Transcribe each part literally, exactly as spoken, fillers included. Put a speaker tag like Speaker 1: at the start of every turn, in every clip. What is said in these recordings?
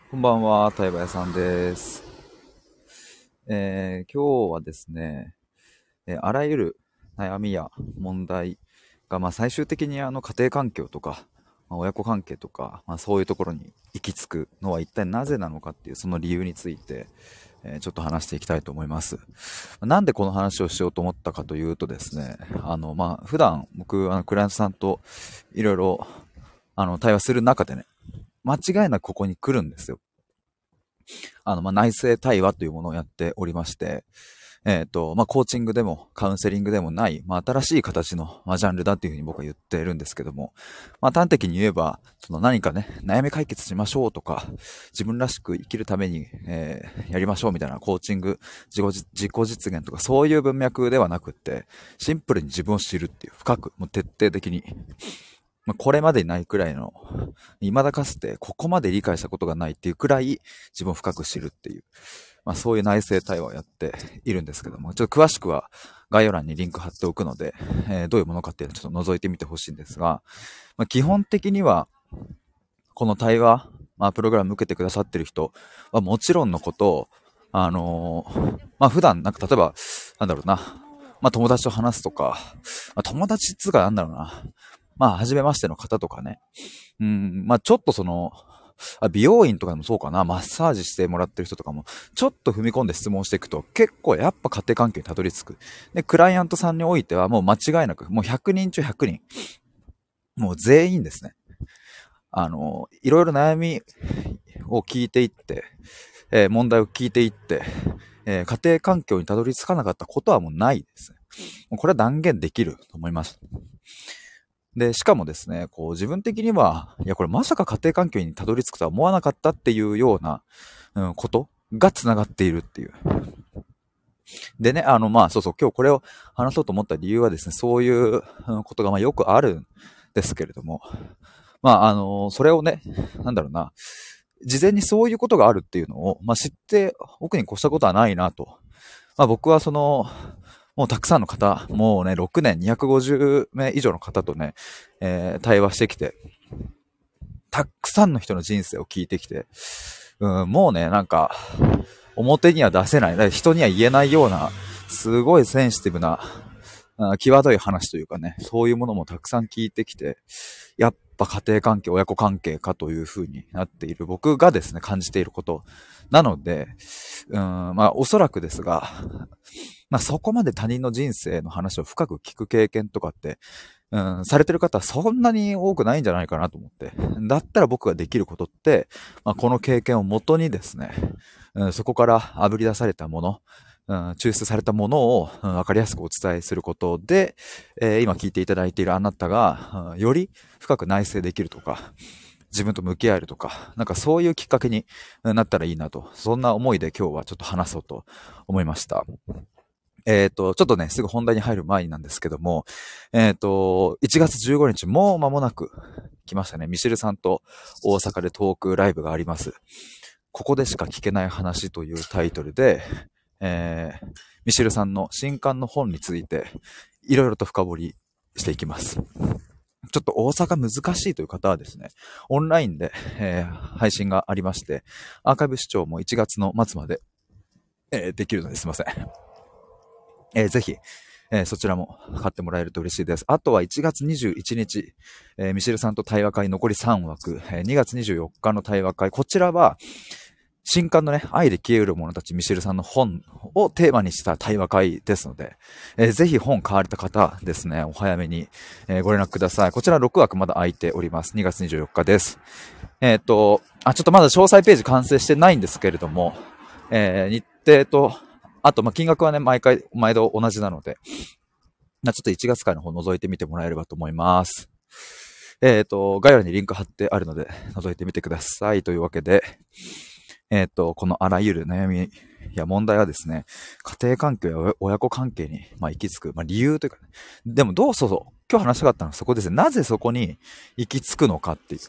Speaker 1: こんばんは、対話屋さんです。えー今日はですね、えーあらゆる悩みや問題が、まあ、最終的にあの家庭環境とか、まあ、親子関係とか、まあ、そういうところに行き着くのは一体なぜなのかっていうその理由について、えーちょっと話していきたいと思います。なんでこの話をしようと思ったかというとですね、あの、まあ、普段僕、あのクライアントさんといろいろあの対話する中でね、間違いなくここに来るんですよ。あの、まあ、内政対話というものをやっておりまして、えっと、まあ、コーチングでもカウンセリングでもない、まあ、新しい形の、まあ、ジャンルだっていうふうに僕は言っているんですけども、まあ、端的に言えば、その何かね、悩み解決しましょうとか、自分らしく生きるために、えーやりましょうみたいなコーチング、自己自己実現とかそういう文脈ではなくって、シンプルに自分を知るっていう、深く、もう徹底的に、まあ、これまでにないくらいの、未だかつてここまで理解したことがないっていうくらい自分を深く知るっていう、まあそういう内政対話をやっているんですけども、ちょっと詳しくは概要欄にリンク貼っておくので、えーどういうものかっていうのをちょっと覗いてみてほしいんですが、まあ、基本的にはこの対話、まあプログラム受けてくださってる人はもちろんのことを、あのーまあ普段なんか例えば、なんだろうな、まあ友達と話すとか、まあ、友達っつうかなんだろうな、まあ初めましての方とかね、うん、まあちょっとその、あ美容院とかでもそうかな、マッサージしてもらってる人とかも、ちょっと踏み込んで質問していくと、結構やっぱ家庭環境にたどり着く。で、クライアントさんにおいてはもう間違いなく、もうひゃくにん中ひゃくにん、もう全員ですね。あの、いろいろ悩みを聞いていって、えー問題を聞いていって、えー家庭環境にたどり着かなかったことはもうないですね。もうこれは断言できると思います。で、しかもですね、こう自分的には、いや、これまさか家庭環境にたどり着くとは思わなかったっていうような、うん、ことが繋がっているっていう。でね、あの、まあ、そうそう、今日これを話そうと思った理由はですね、そういううんことがまあよくあるんですけれども、まあ、あの、それをね、なんだろうな、事前にそういうことがあるっていうのを、まあ、知っておくに越したことはないなと。まあ、僕はその、もうたくさんの方、もうね、ろくねんにひゃくごじゅうめい以上の方とね、えー対話してきて、たくさんの人の人生を聞いてきて、うん、もうね、なんか、表には出せない、人には言えないような、すごいセンシティブな、あ際どい話というかね、そういうものもたくさん聞いてきて、やっぱ家庭関係、親子関係かという風になっている僕がですね、感じていること。なので、うん、まあおそらくですが、まあそこまで他人の人生の話を深く聞く経験とかって、うん、されてる方はそんなに多くないんじゃないかなと思って。だったら僕ができることって、まあ、この経験をもとにですね、うん、そこから炙り出されたもの、うん、抽出されたものを、うん、わかりやすくお伝えすることで、えー今聞いていただいているあなたが、うんより深く内省できるとか、自分と向き合えるとか、なんかそういうきっかけになったらいいなと、そんな思いで今日はちょっと話そうと思いました。えっと、ちょっとね、すぐ本題に入る前になんですけども、えっと、いちがつじゅうごにち、もう間もなく来ましたね。ミシェルさんと大阪でトークライブがあります。ここでしか聞けない話というタイトルで、えー、ミシェルさんの新刊の本について、いろいろと深掘りしていきます。ちょっと大阪難しいという方はですね、オンラインで、えー配信がありまして、アーカイブ視聴もいちがつの末まで、えーできるのですいません。えーぜひ、えーそちらも買ってもらえると嬉しいです。あとはいちがつにじゅういちにち、えーミシェルさんと対話会残りさんわく、えーにがつにじゅうよっかの対話会、こちらは、新刊のね、愛で消える者たちミシェルさんの本をテーマにした対話会ですので、えーぜひ本買われた方ですね、お早めに、えーご連絡ください。こちらろくわくまだ空いております。にがつにじゅうよっかです。えっ、と、あ、ちょっとまだ詳細ページ完成してないんですけれども、えー日程と、あと、まあ、金額はね、毎回、毎度同じなので、ちょっといちがつからの方覗いてみてもらえればと思います。えっ、と、概要欄にリンク貼ってあるので、覗いてみてください。というわけで、えっ、と、このあらゆる悩みや問題はですね、家庭環境や親子関係に、まあ、行き着く、まあ、理由というか、ね、でもどうそうそう、今日話したかったのはそこですね。なぜそこに行き着くのかっていう。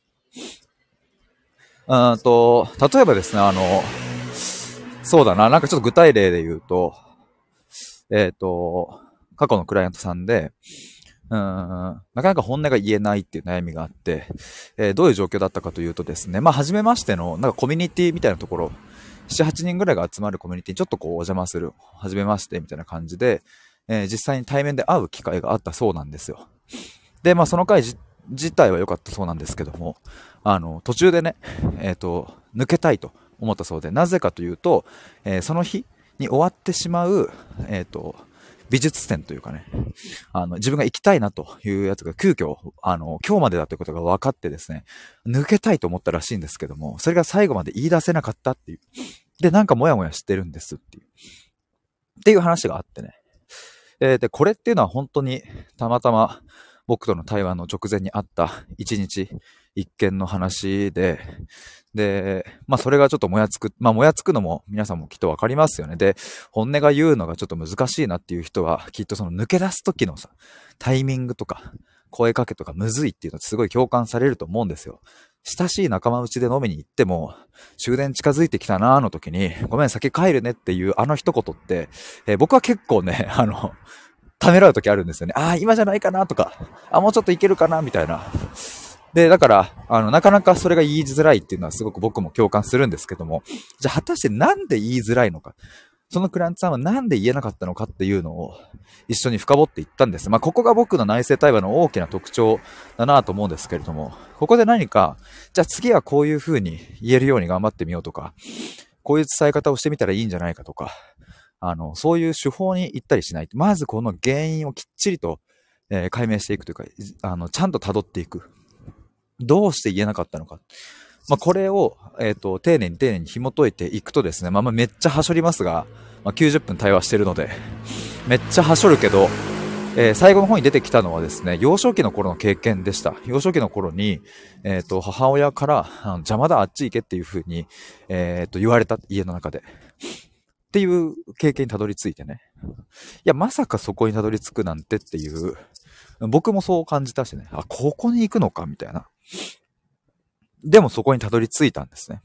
Speaker 1: うーんと、例えばですね、あの、そうだな、なんかちょっと具体例で言うと、えっ、と、過去のクライアントさんで、 うーん、なかなか本音が言えないっていう悩みがあって、えーどういう状況だったかというとですね、まあ、初めましての、なんかコミュニティみたいなところ、なな、はちにんぐらいが集まるコミュニティにちょっとこうお邪魔する、初めましてみたいな感じで、えー実際に対面で会う機会があったそうなんですよ。で、まあ、その会じ自体は良かったそうなんですけども、あの、途中でね、えっと、抜けたいと思ったそうで、なぜかというと、えーその日に終わってしまう、えっと、美術展というかね、あの、自分が行きたいなというやつが急遽、あの、今日までだということが分かってですね、抜けたいと思ったらしいんですけども、それが最後まで言い出せなかったっていう。で、なんかモヤモヤしてるんですっていう。っていう話があってね。えーで、これっていうのは本当にたまたま僕との対話の直前にあった一日一見の話で、で、まあそれがちょっともやつく、まあもやつくのも皆さんもきっとわかりますよね。で、本音が言うのがちょっと難しいなっていう人は、きっとその抜け出す時のさ、タイミングとか、声かけとかむずいっていうのってすごい共感されると思うんですよ。親しい仲間内で飲みに行っても、終電近づいてきたなーの時に、ごめん先帰るねっていうあの一言って、えー僕は結構ね、あの、ためらう時あるんですよね。ああ、今じゃないかなとか、あ、もうちょっといけるかなみたいな。で、だから、あの、なかなかそれが言いづらいっていうのはすごく僕も共感するんですけども、じゃあ果たしてなんで言いづらいのか、そのクライアントさんはなんで言えなかったのかっていうのを一緒に深掘っていったんです。まあ、ここが僕の内政対話の大きな特徴だなと思うんですけれども、ここで何か、じゃあ次はこういう風に言えるように頑張ってみようとか、こういう伝え方をしてみたらいいんじゃないかとか、あの、そういう手法に行ったりしない。まずこの原因をきっちりと、えー解明していくというか、あの、ちゃんと辿っていく。どうして言えなかったのか。まあ、これを、えっと、丁寧に丁寧に紐解いていくとですね、まあ、まあめっちゃはしょりますが、まあ、きゅうじゅっぷん対話してるので、めっちゃはしょるけど、えー最後の方に出てきたのはですね、幼少期の頃の経験でした。幼少期の頃に、えっと、母親から、あの邪魔だ、あっち行けっていう風に、えっと、言われた、家の中で。っていう経験にたどり着いてね。いや、まさかそこにたどり着くなんてっていう、僕もそう感じたしね。あ、ここに行くのかみたいな。でもそこにたどり着いたんですね。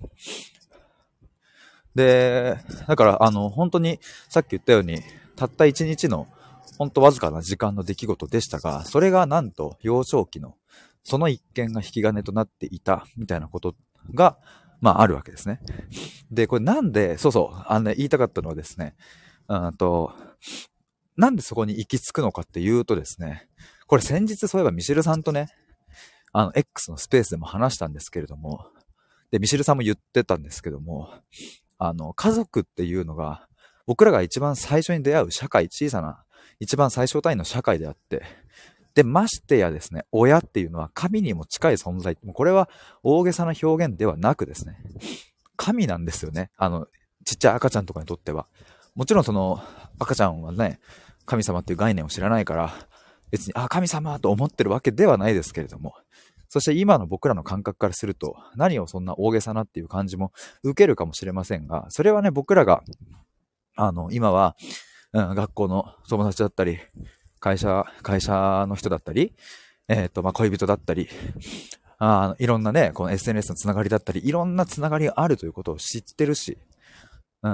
Speaker 1: で、だから、あの、本当に、さっき言ったように、たった一日の、本当わずかな時間の出来事でしたが、それがなんと、幼少期の、その一件が引き金となっていた、みたいなことが、まあ、あるわけですね。で、これなんで、そうそう、あのね、言いたかったのはですね、うんと、なんでそこに行き着くのかっていうとですね、これ先日そういえばミシェルさんとね、あの、X のスペースでも話したんですけれども、で、ミシェルさんも言ってたんですけども、あの、家族っていうのが、僕らが一番最初に出会う社会、小さな、一番最小単位の社会であって、で、ましてやですね、親っていうのは神にも近い存在。もうこれは大げさな表現ではなくですね、神なんですよね。あの、ちっちゃい赤ちゃんとかにとっては。もちろんその、赤ちゃんはね、神様っていう概念を知らないから、別に、あ、神様と思ってるわけではないですけれども、そして今の僕らの感覚からすると、何をそんな大げさなっていう感じも受けるかもしれませんが、それはね、僕らが、あの、今は、うん、学校の友達だったり、会社、会社の人だったり、えっ、と、まあ、恋人だったり、あいろんなね、この エスエヌエス のつながりだったり、いろんなつながりがあるということを知ってるし、うん、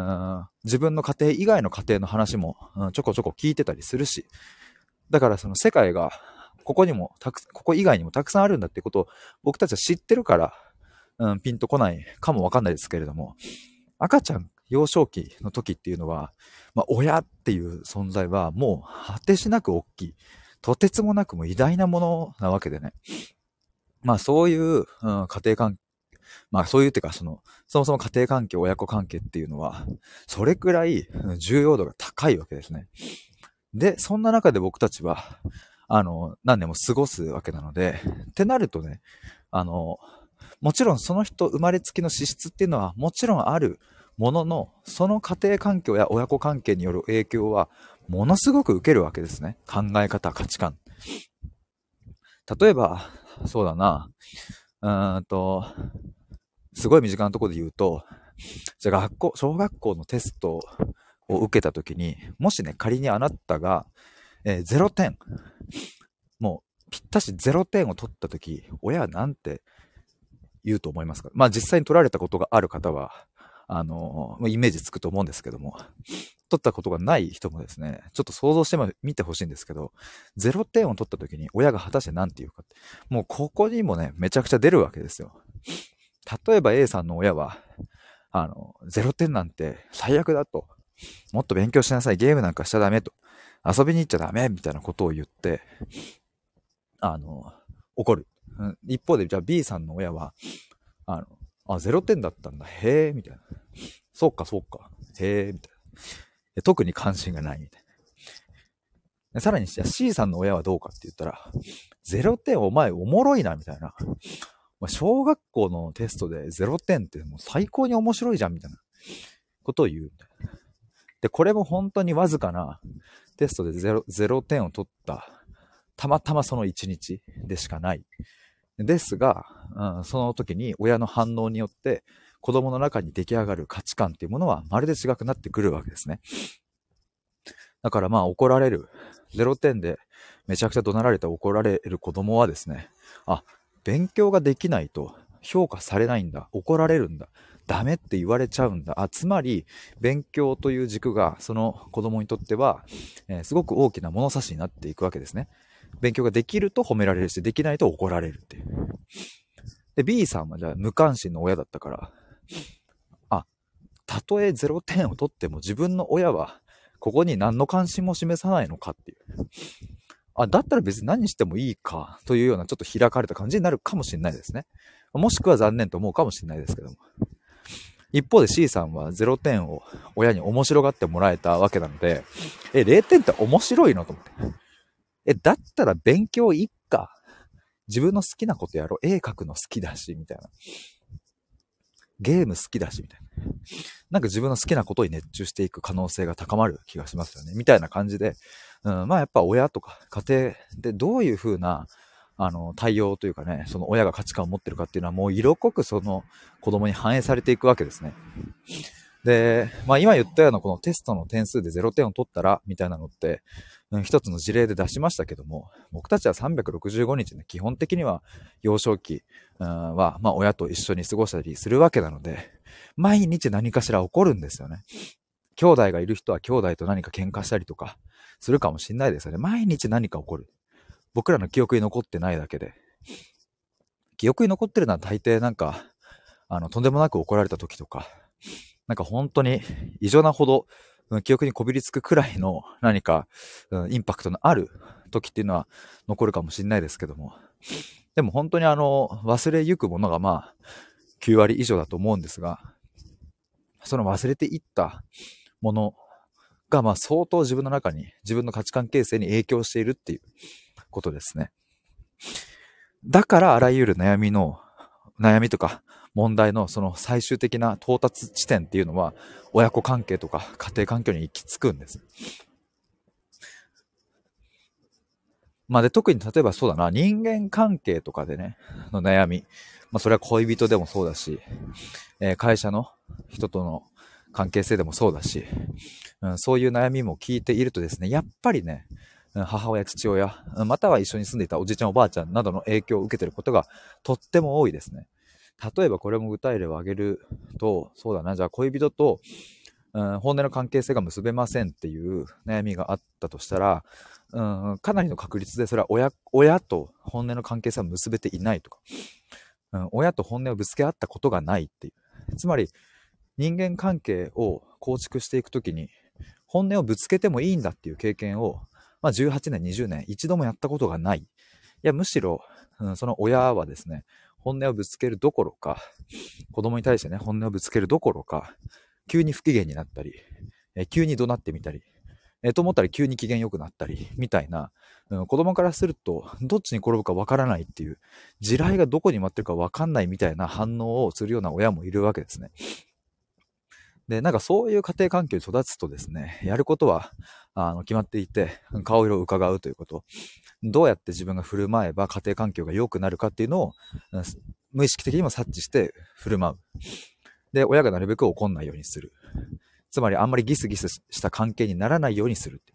Speaker 1: 自分の家庭以外の家庭の話も、うん、ちょこちょこ聞いてたりするし、だからその世界が、ここにもたく、ここ以外にもたくさんあるんだってことを僕たちは知ってるから、うん、ピンとこないかもわかんないですけれども、赤ちゃん、幼少期の時っていうのは、まあ、親っていう存在はもう果てしなく大きい。とてつもなくも偉大なものなわけでね。まあそういう、うん、家庭関係、まあそういうっていうかその、そもそも家庭関係、親子関係っていうのは、それくらいうん重要度が高いわけですね。で、そんな中で僕たちは、あの、何年も過ごすわけなので、ってなるとね、あの、もちろんその人生まれつきの資質っていうのはもちろんあるものの、その家庭環境や親子関係による影響はものすごく受けるわけですね。考え方、価値観。例えば、そうだな、うーんと、すごい身近なところで言うと、じゃあ学校、小学校のテストを受けたときに、もしね、仮にあなたが、えー、ゼロてん、もうぴったしゼロてんを取ったとき、親はなんて言うと思いますか？まあ実際に取られたことがある方は、 あの、イメージつくと思うんですけども、取ったことがない人もですね、ちょっと想像してみてほしいんですけど、ゼロてんを取った時に親が果たして何て言うかって、もうここにもね、めちゃくちゃ出るわけですよ。例えば A さんの親は、あの、ゼロてんなんて最悪だと。もっと勉強しなさい。ゲームなんかしちゃダメと。遊びに行っちゃダメみたいなことを言って、あの、怒る。うん、一方で、じゃあ B さんの親は、あの、あ、ゼロてんだったんだ。へえ、みたいな。そうか、そうか。へえ、みたいな。特に関心がないみたいな。さらに、じゃあ C さんの親はどうかって言ったら、ゼロてんお前おもろいな、みたいな。小学校のテストでゼロてんってもう最高に面白いじゃん、みたいなことを言う。で、これも本当にわずかなテストでゼロ、ゼロてんを取った、たまたまそのいちにちでしかない。ですが、うん、その時に親の反応によって子供の中に出来上がる価値観っていうものはまるで違くなってくるわけですね。だからまあ怒られる。ゼロてんでめちゃくちゃ怒鳴られて怒られる子供はですね、あ、勉強ができないと評価されないんだ。怒られるんだ。ダメって言われちゃうんだ。あ、つまり、勉強という軸が、その子供にとっては、えー、すごく大きな物差しになっていくわけですね。勉強ができると褒められるし、できないと怒られるっていう。で、B さんはじゃあ無関心の親だったから、あ、たとえゼロてんを取っても自分の親は、ここに何の関心も示さないのかっていう。あ、だったら別に何してもいいか、というようなちょっと開かれた感じになるかもしれないですね。もしくは残念と思うかもしれないですけども。一方で C さんはゼロてんを親に面白がってもらえたわけなので、え、ゼロてんって面白いのと思って。え、だったら勉強いっか。自分の好きなことやろう。絵描くの好きだし、みたいな。ゲーム好きだし、みたいな。なんか自分の好きなことに熱中していく可能性が高まる気がしますよね。みたいな感じで、うん、まあやっぱ親とか家庭でどういう風なあの、対応というかね、その親が価値観を持ってるかっていうのはもう色濃くその子供に反映されていくわけですね。で、まあ今言ったようなこのテストの点数でゼロてんを取ったらみたいなのって、うん、一つの事例で出しましたけども、僕たちはさんびゃくろくじゅうごにちね、基本的には幼少期、うん、は、まあ親と一緒に過ごしたりするわけなので、毎日何かしら起こるんですよね。兄弟がいる人は兄弟と何か喧嘩したりとかするかもしれないですよね。毎日何か起こる。僕らの記憶に残ってないだけで。記憶に残ってるのは大抵なんか、あの、とんでもなく怒られた時とか、なんか本当に異常なほど、うん、記憶にこびりつくくらいの何か、うん、インパクトのある時っていうのは残るかもしれないですけども。でも本当にあの、忘れゆくものがまあ、きゅうわり以上だと思うんですが、その忘れていったものがまあ相当自分の中に、自分の価値観形成に影響しているっていうことですね。だからあらゆる悩みの、悩みとか問題のその最終的な到達地点っていうのは親子関係とか家庭環境に行き着くんです。まあで特に例えばそうだな、人間関係とかでね、の悩み。まあそれは恋人でもそうだし、えー、会社の人との関係性でもそうだし、うん、そういう悩みも聞いているとですね、やっぱりね、母親、父親、または一緒に住んでいたおじいちゃんおばあちゃんなどの影響を受けていることがとっても多いですね。例えばこれも具体例を挙げると、そうだな、じゃあ恋人と、うん、本音の関係性が結べませんっていう悩みがあったとしたら、うん、かなりの確率でそれは親、親と本音の関係性は結べていないとか、うん、親と本音をぶつけ合ったことがないっていう。つまり人間関係を構築していくときに本音をぶつけてもいいんだっていう経験を、まあ、じゅうはちねん、にじゅうねん一度もやったことがない。いや、むしろ、うん、その親はですね、本音をぶつけるどころか、子供に対してね、本音をぶつけるどころか、急に不機嫌になったり、え急に怒鳴ってみたり、えと思ったら急に機嫌良くなったり、みたいな、うん、子供からすると、どっちに転ぶかわからないっていう、地雷がどこに待ってるかわかんないみたいな反応をするような親もいるわけですね。で、なんかそういう家庭環境に育つとですね、やることは、あの、決まっていて、顔色を伺うということ。どうやって自分が振る舞えば家庭環境が良くなるかっていうのを、無意識的にも察知して振る舞う。で、親がなるべく怒んないようにする。つまりあんまりギスギスした関係にならないようにする。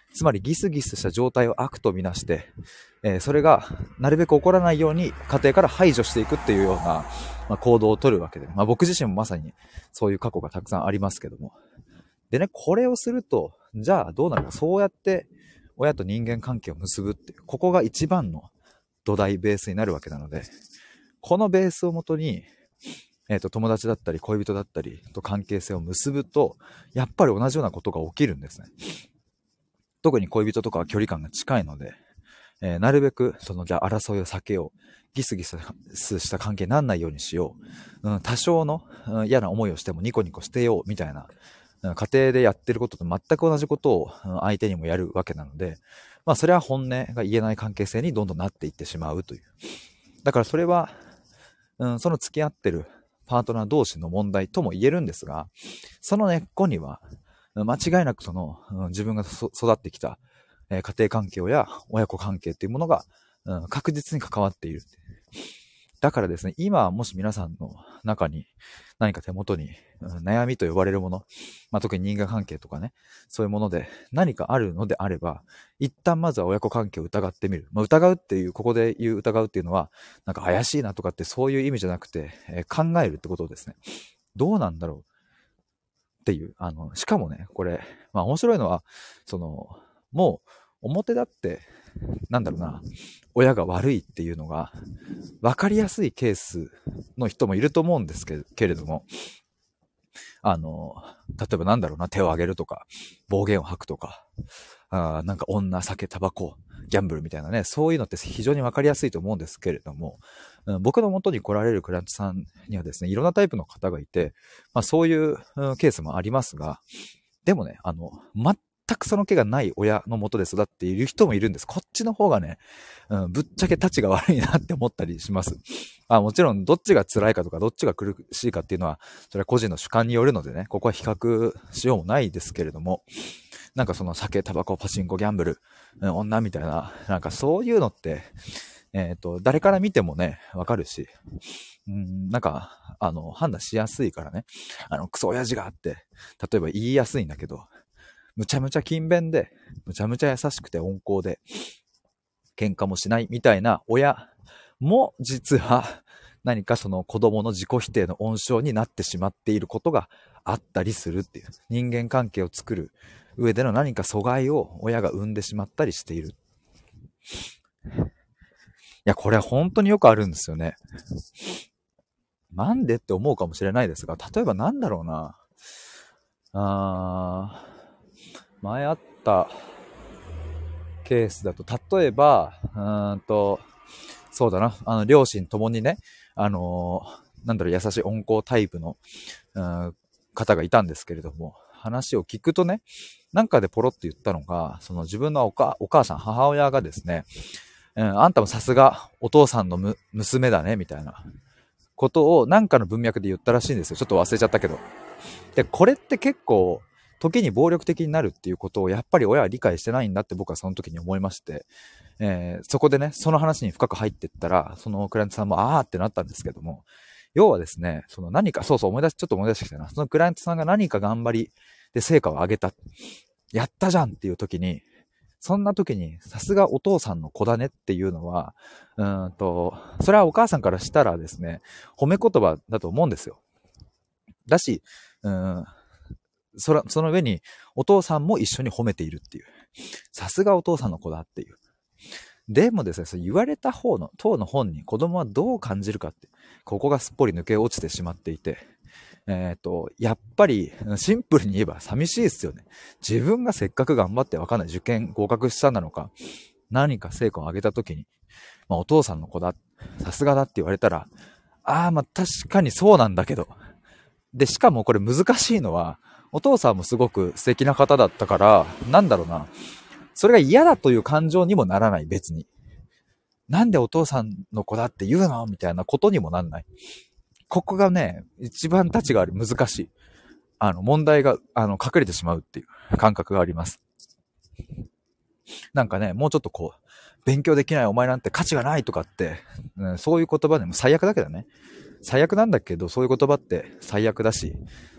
Speaker 1: つまりギスギスした状態を悪とみなして、えー、それがなるべく起こらないように家庭から排除していくっていうような、まあ、行動をとるわけで、まあ、僕自身もまさにそういう過去がたくさんありますけども。でね、これをすると、じゃあどうなるか、そうやって親と人間関係を結ぶっていう、ここが一番の土台ベースになるわけなので、このベースをもとに、えっと、友達だったり恋人だったりと関係性を結ぶと、やっぱり同じようなことが起きるんですね。特に恋人とかは距離感が近いので、えー、なるべく、その、じゃあ争いを避けよう。ギスギスした関係にならないようにしよう。うん、多少の、うん、嫌な思いをしてもニコニコしてよう、みたいな、うん、家庭でやってることと全く同じことを、うん、相手にもやるわけなので、まあ、それは本音が言えない関係性にどんどんなっていってしまうという。だからそれは、うん、その付き合ってるパートナー同士の問題とも言えるんですが、その根っこには、間違いなくその、うん、自分が育ってきた、えー、家庭環境や親子関係というものが、うん、確実に関わっている。だからですね、今もし皆さんの中に何か手元に、うん、悩みと呼ばれるもの、まあ、特に人間関係とかね、そういうもので何かあるのであれば、一旦まずは親子関係を疑ってみる。まあ、疑うっていう、ここで言う疑うっていうのは、なんか怪しいなとかってそういう意味じゃなくて、えー、考えるってことですね。どうなんだろうっていう、あの、しかもね、これ、まあ面白いのは、その、もう表だって、なんだろうな、親が悪いっていうのが分かりやすいケースの人もいると思うんですけれども、あの、例えばなんだろうな、手を挙げるとか、暴言を吐くとか、あなんか女、酒、タバコ、ギャンブルみたいなね、そういうのって非常に分かりやすいと思うんですけれども、うん、僕の元に来られるクライアントさんにはですね、いろんなタイプの方がいて、まあそういう、うん、ケースもありますが、でもね、あの、全くその気がない親の元で育っている人もいるんです。こっちの方がね、うん、ぶっちゃけ立ちが悪いなって思ったりします。あ、もちろんどっちが辛いかとかどっちが苦しいかっていうのは、それは個人の主観によるのでね、ここは比較しようもないですけれども、なんかその酒、タバコ、パチンコ、ギャンブル、うん、女みたいな、なんかそういうのって、えっと、誰から見てもね、わかるし、うん、なんか、あの、判断しやすいからね、あの、クソ親父があって、例えば言いやすいんだけど、むちゃむちゃ勤勉で、むちゃむちゃ優しくて温厚で、喧嘩もしないみたいな親も実は何かその子供の自己否定の温床になってしまっていることがあったりするっていう。人間関係を作る上での何か阻害を親が生んでしまったりしている。いや、これは本当によくあるんですよね。なんでって思うかもしれないですが、例えばなんだろうな。あー、前あったケースだと、例えば、うーんと、そうだな、あの、両親ともにね、あのー、なんだろう、優しい温厚タイプの、うん、方がいたんですけれども、話を聞くとね、なんかでポロって言ったのが、その自分のおかお母さん、母親がですね、うん、あんたもさすがお父さんのむ娘だね、みたいなことをなんかの文脈で言ったらしいんですよ。ちょっと忘れちゃったけど。で、これって結構、時に暴力的になるっていうことをやっぱり親は理解してないんだって僕はその時に思いまして、えー、そこでね、その話に深く入っていったら、そのクライアントさんもあーってなったんですけども、要はですね、その何か、そうそう思い出し、ちょっと思い出してきたな。そのクライアントさんが何か頑張りで成果を上げた。やったじゃんっていう時に、そんな時に、さすがお父さんの子だねっていうのは、うーんと、それはお母さんからしたらですね、褒め言葉だと思うんですよ。だし、うーん、そら、その上にお父さんも一緒に褒めているっていう。さすがお父さんの子だっていう。でもですね、そう言われた方の、当の本人、子供はどう感じるかって、ここがすっぽり抜け落ちてしまっていて、えっと、やっぱり、シンプルに言えば寂しいですよね。自分がせっかく頑張ってわかんない受験合格したなのか、何か成果を上げた時に、まあお父さんの子だ、さすがだって言われたら、ああ、まあ確かにそうなんだけど。で、しかもこれ難しいのは、お父さんもすごく素敵な方だったから、なんだろうな。それが嫌だという感情にもならない、別に。なんでお父さんの子だって言うのみたいなことにもなんない。ここがね、一番立ちがある、難しい。あの、問題が、あの、隠れてしまうっていう感覚があります。なんかね、もうちょっとこう、勉強できないお前なんて価値がないとかって、うん、そういう言葉でも最悪だけどね。最悪なんだけど、そういう言葉って最悪だし、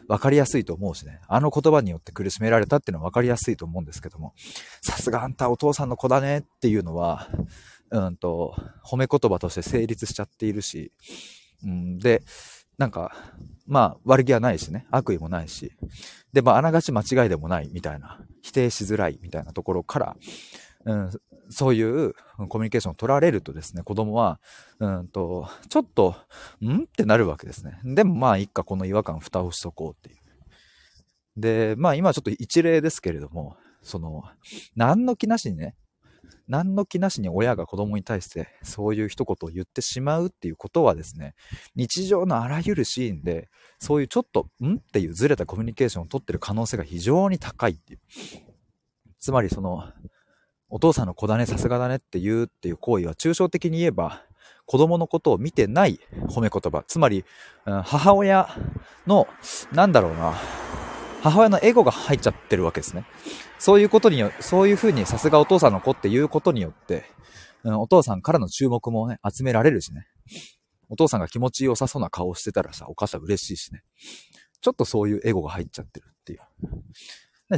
Speaker 1: 分かりやすいと思うしね。あの言葉によって苦しめられたっていうのは分かりやすいと思うんですけども、さすがあんたお父さんの子だねっていうのは、うんと、褒め言葉として成立しちゃっているし、うん、で、なんか、まあ、悪気はないしね、悪意もないし、で、まあ、あながち間違いでもないみたいな、否定しづらいみたいなところから、うん、そういうコミュニケーションを取られるとですね、子供は、うんと、ちょっと、んってなるわけですね。でもまあ、いっか、この違和感蓋をしとこうっていう。で、まあ、今ちょっと一例ですけれども、その、何の気なしにね、何の気なしに親が子供に対してそういう一言を言ってしまうっていうことはですね、日常のあらゆるシーンで、そういうちょっと、んっていうずれたコミュニケーションを取ってる可能性が非常に高いっていう。つまりその、お父さんの子だね、さすがだねって言うっていう行為は抽象的に言えば、子供のことを見てない褒め言葉。つまり、うん、母親の、なんだろうな、母親のエゴが入っちゃってるわけですね。そういうことによ、そういうふうにさすがお父さんの子っていうことによって、うん、お父さんからの注目もね、集められるしね。お父さんが気持ちよさそうな顔をしてたらさ、お母さん嬉しいしね。ちょっとそういうエゴが入っちゃってるっていう。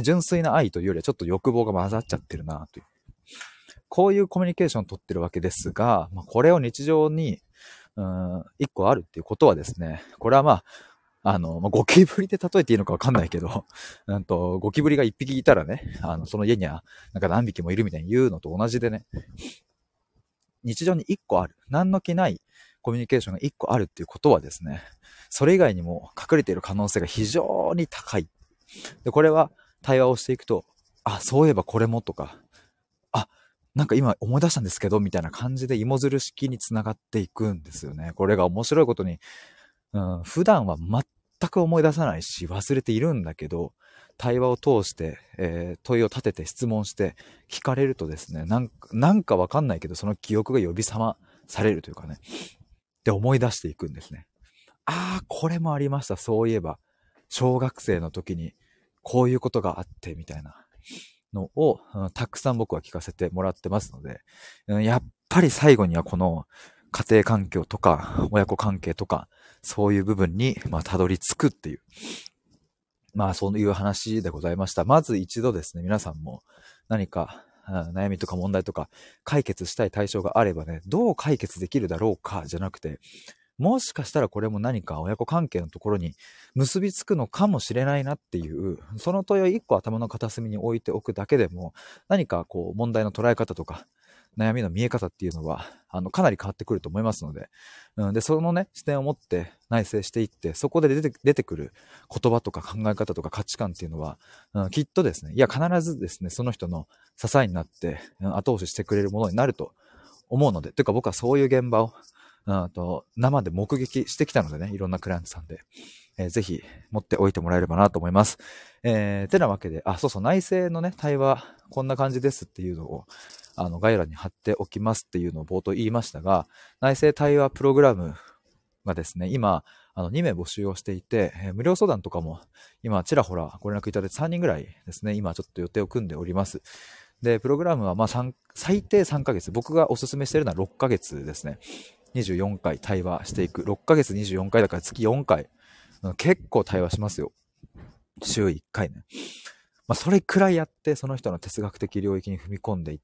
Speaker 1: 純粋な愛というよりはちょっと欲望が混ざっちゃってるなという。こういうコミュニケーションを取ってるわけですが、まあ、これを日常に、うん、一個あるっていうことはですね、これはまあ、あの、まあ、ゴキブリで例えていいのかわかんないけど、うんと、ゴキブリが一匹いたらね、あの、その家には、なんか何匹もいるみたいに言うのと同じでね、日常に一個ある。何の気ないコミュニケーションが一個あるっていうことはですね、それ以外にも隠れている可能性が非常に高い。で、これは対話をしていくと、あ、そういえばこれもとか、あ、なんか今思い出したんですけど、みたいな感じで芋づる式につながっていくんですよね。これが面白いことに、うん、普段は全く思い出さないし、忘れているんだけど、対話を通して、えー問いを立てて質問して聞かれるとですね、なんか、なんかわかんないけど、その記憶が呼び覚まされるというかね、で思い出していくんですね。ああ、これもありました。そういえば、小学生の時にこういうことがあって、みたいなのを、うん、たくさん僕は聞かせてもらってますので、うん、やっぱり最後にはこの家庭環境とか親子関係とかそういう部分にまあたどり着くっていう、まあそういう話でございました。まず一度ですね、皆さんも何か悩みとか問題とか解決したい対象があればね、どう解決できるだろうかじゃなくて、もしかしたらこれも何か親子関係のところに結びつくのかもしれないなっていう、その問いを一個頭の片隅に置いておくだけでも、何かこう問題の捉え方とか、悩みの見え方っていうのは、あの、かなり変わってくると思いますので、うん、で、そのね、視点を持って内省していって、そこで出て出てくる言葉とか考え方とか価値観っていうのは、うん、きっとですね、いや、必ずですね、その人の支えになって、うん、後押ししてくれるものになると思うので、というか僕はそういう現場を、うんと、生で目撃してきたのでね、いろんなクライアントさんで、えーぜひ持っておいてもらえればなと思います。えー、てなわけで、あ、そうそう、内政のね、対話、こんな感じですっていうのを、あの、概要欄に貼っておきますっていうのを冒頭言いましたが、内政対話プログラムがですね、今、あの、に名募集をしていて、えー無料相談とかも、今、ちらほらご連絡いただいてさんにんぐらいですね、今ちょっと予定を組んでおります。で、プログラムは、まあ、さん最低さんかげつ、僕がおすすめしているのはろっかげつですね。にじゅうよんかい対話していく。ろっかげつにじゅうよんかいだから月よんかい。うん結構対話しますよ。週いっかいね。まあ、それくらいやって、その人の哲学的領域に踏み込んでいって、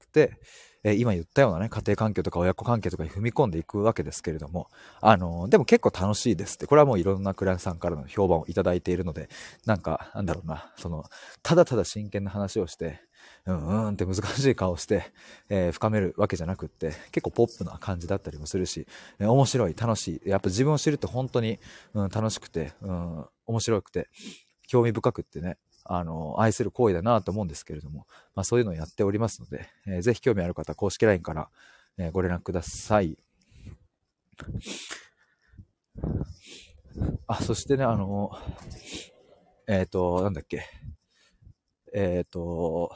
Speaker 1: えー今言ったようなね、家庭環境とか親子関係とかに踏み込んでいくわけですけれども、あのーでも結構楽しいですって、これはもういろんなクライアントさんからの評判をいただいているので、なんか、なんだろうな、その、ただただ真剣な話をして、うんうんって難しい顔して、えー深めるわけじゃなくって、結構ポップな感じだったりもするし、えー面白い、楽しい。やっぱ自分を知ると本当に、うん、楽しくて、うん、面白くて、興味深くってね、あの、愛する行為だなと思うんですけれども、まあそういうのをやっておりますので、えーぜひ興味ある方、公式 ライン から、えーご連絡ください。あ、そしてね、あの、えっ、と、なんだっけ、えっ、と、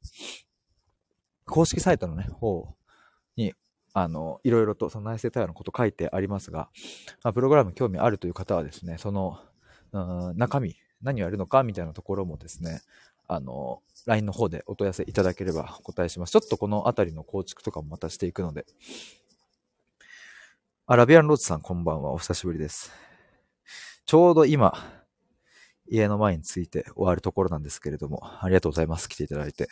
Speaker 1: 公式サイトのね、方に、あの、いろいろとその内政対話のこと書いてありますが、まあ、プログラム興味あるという方はですね、その、うん、中身、何をやるのかみたいなところもですね、あの、ライン の方でお問い合わせいただければお答えします。ちょっとこのあたりの構築とかもまたしていくので。あ、ラビアンローズさんこんばんは。お久しぶりです。ちょうど今、 家の前に着いて終わるところなんですけれども、ありがとうございます。来ていただいて。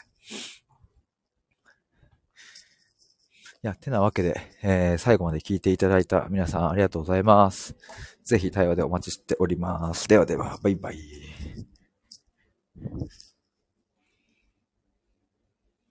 Speaker 1: いや、てなわけで、えー最後まで聞いていただいた皆さんありがとうございます。ぜひ対話でお待ちしております。ではでは、バイバイ。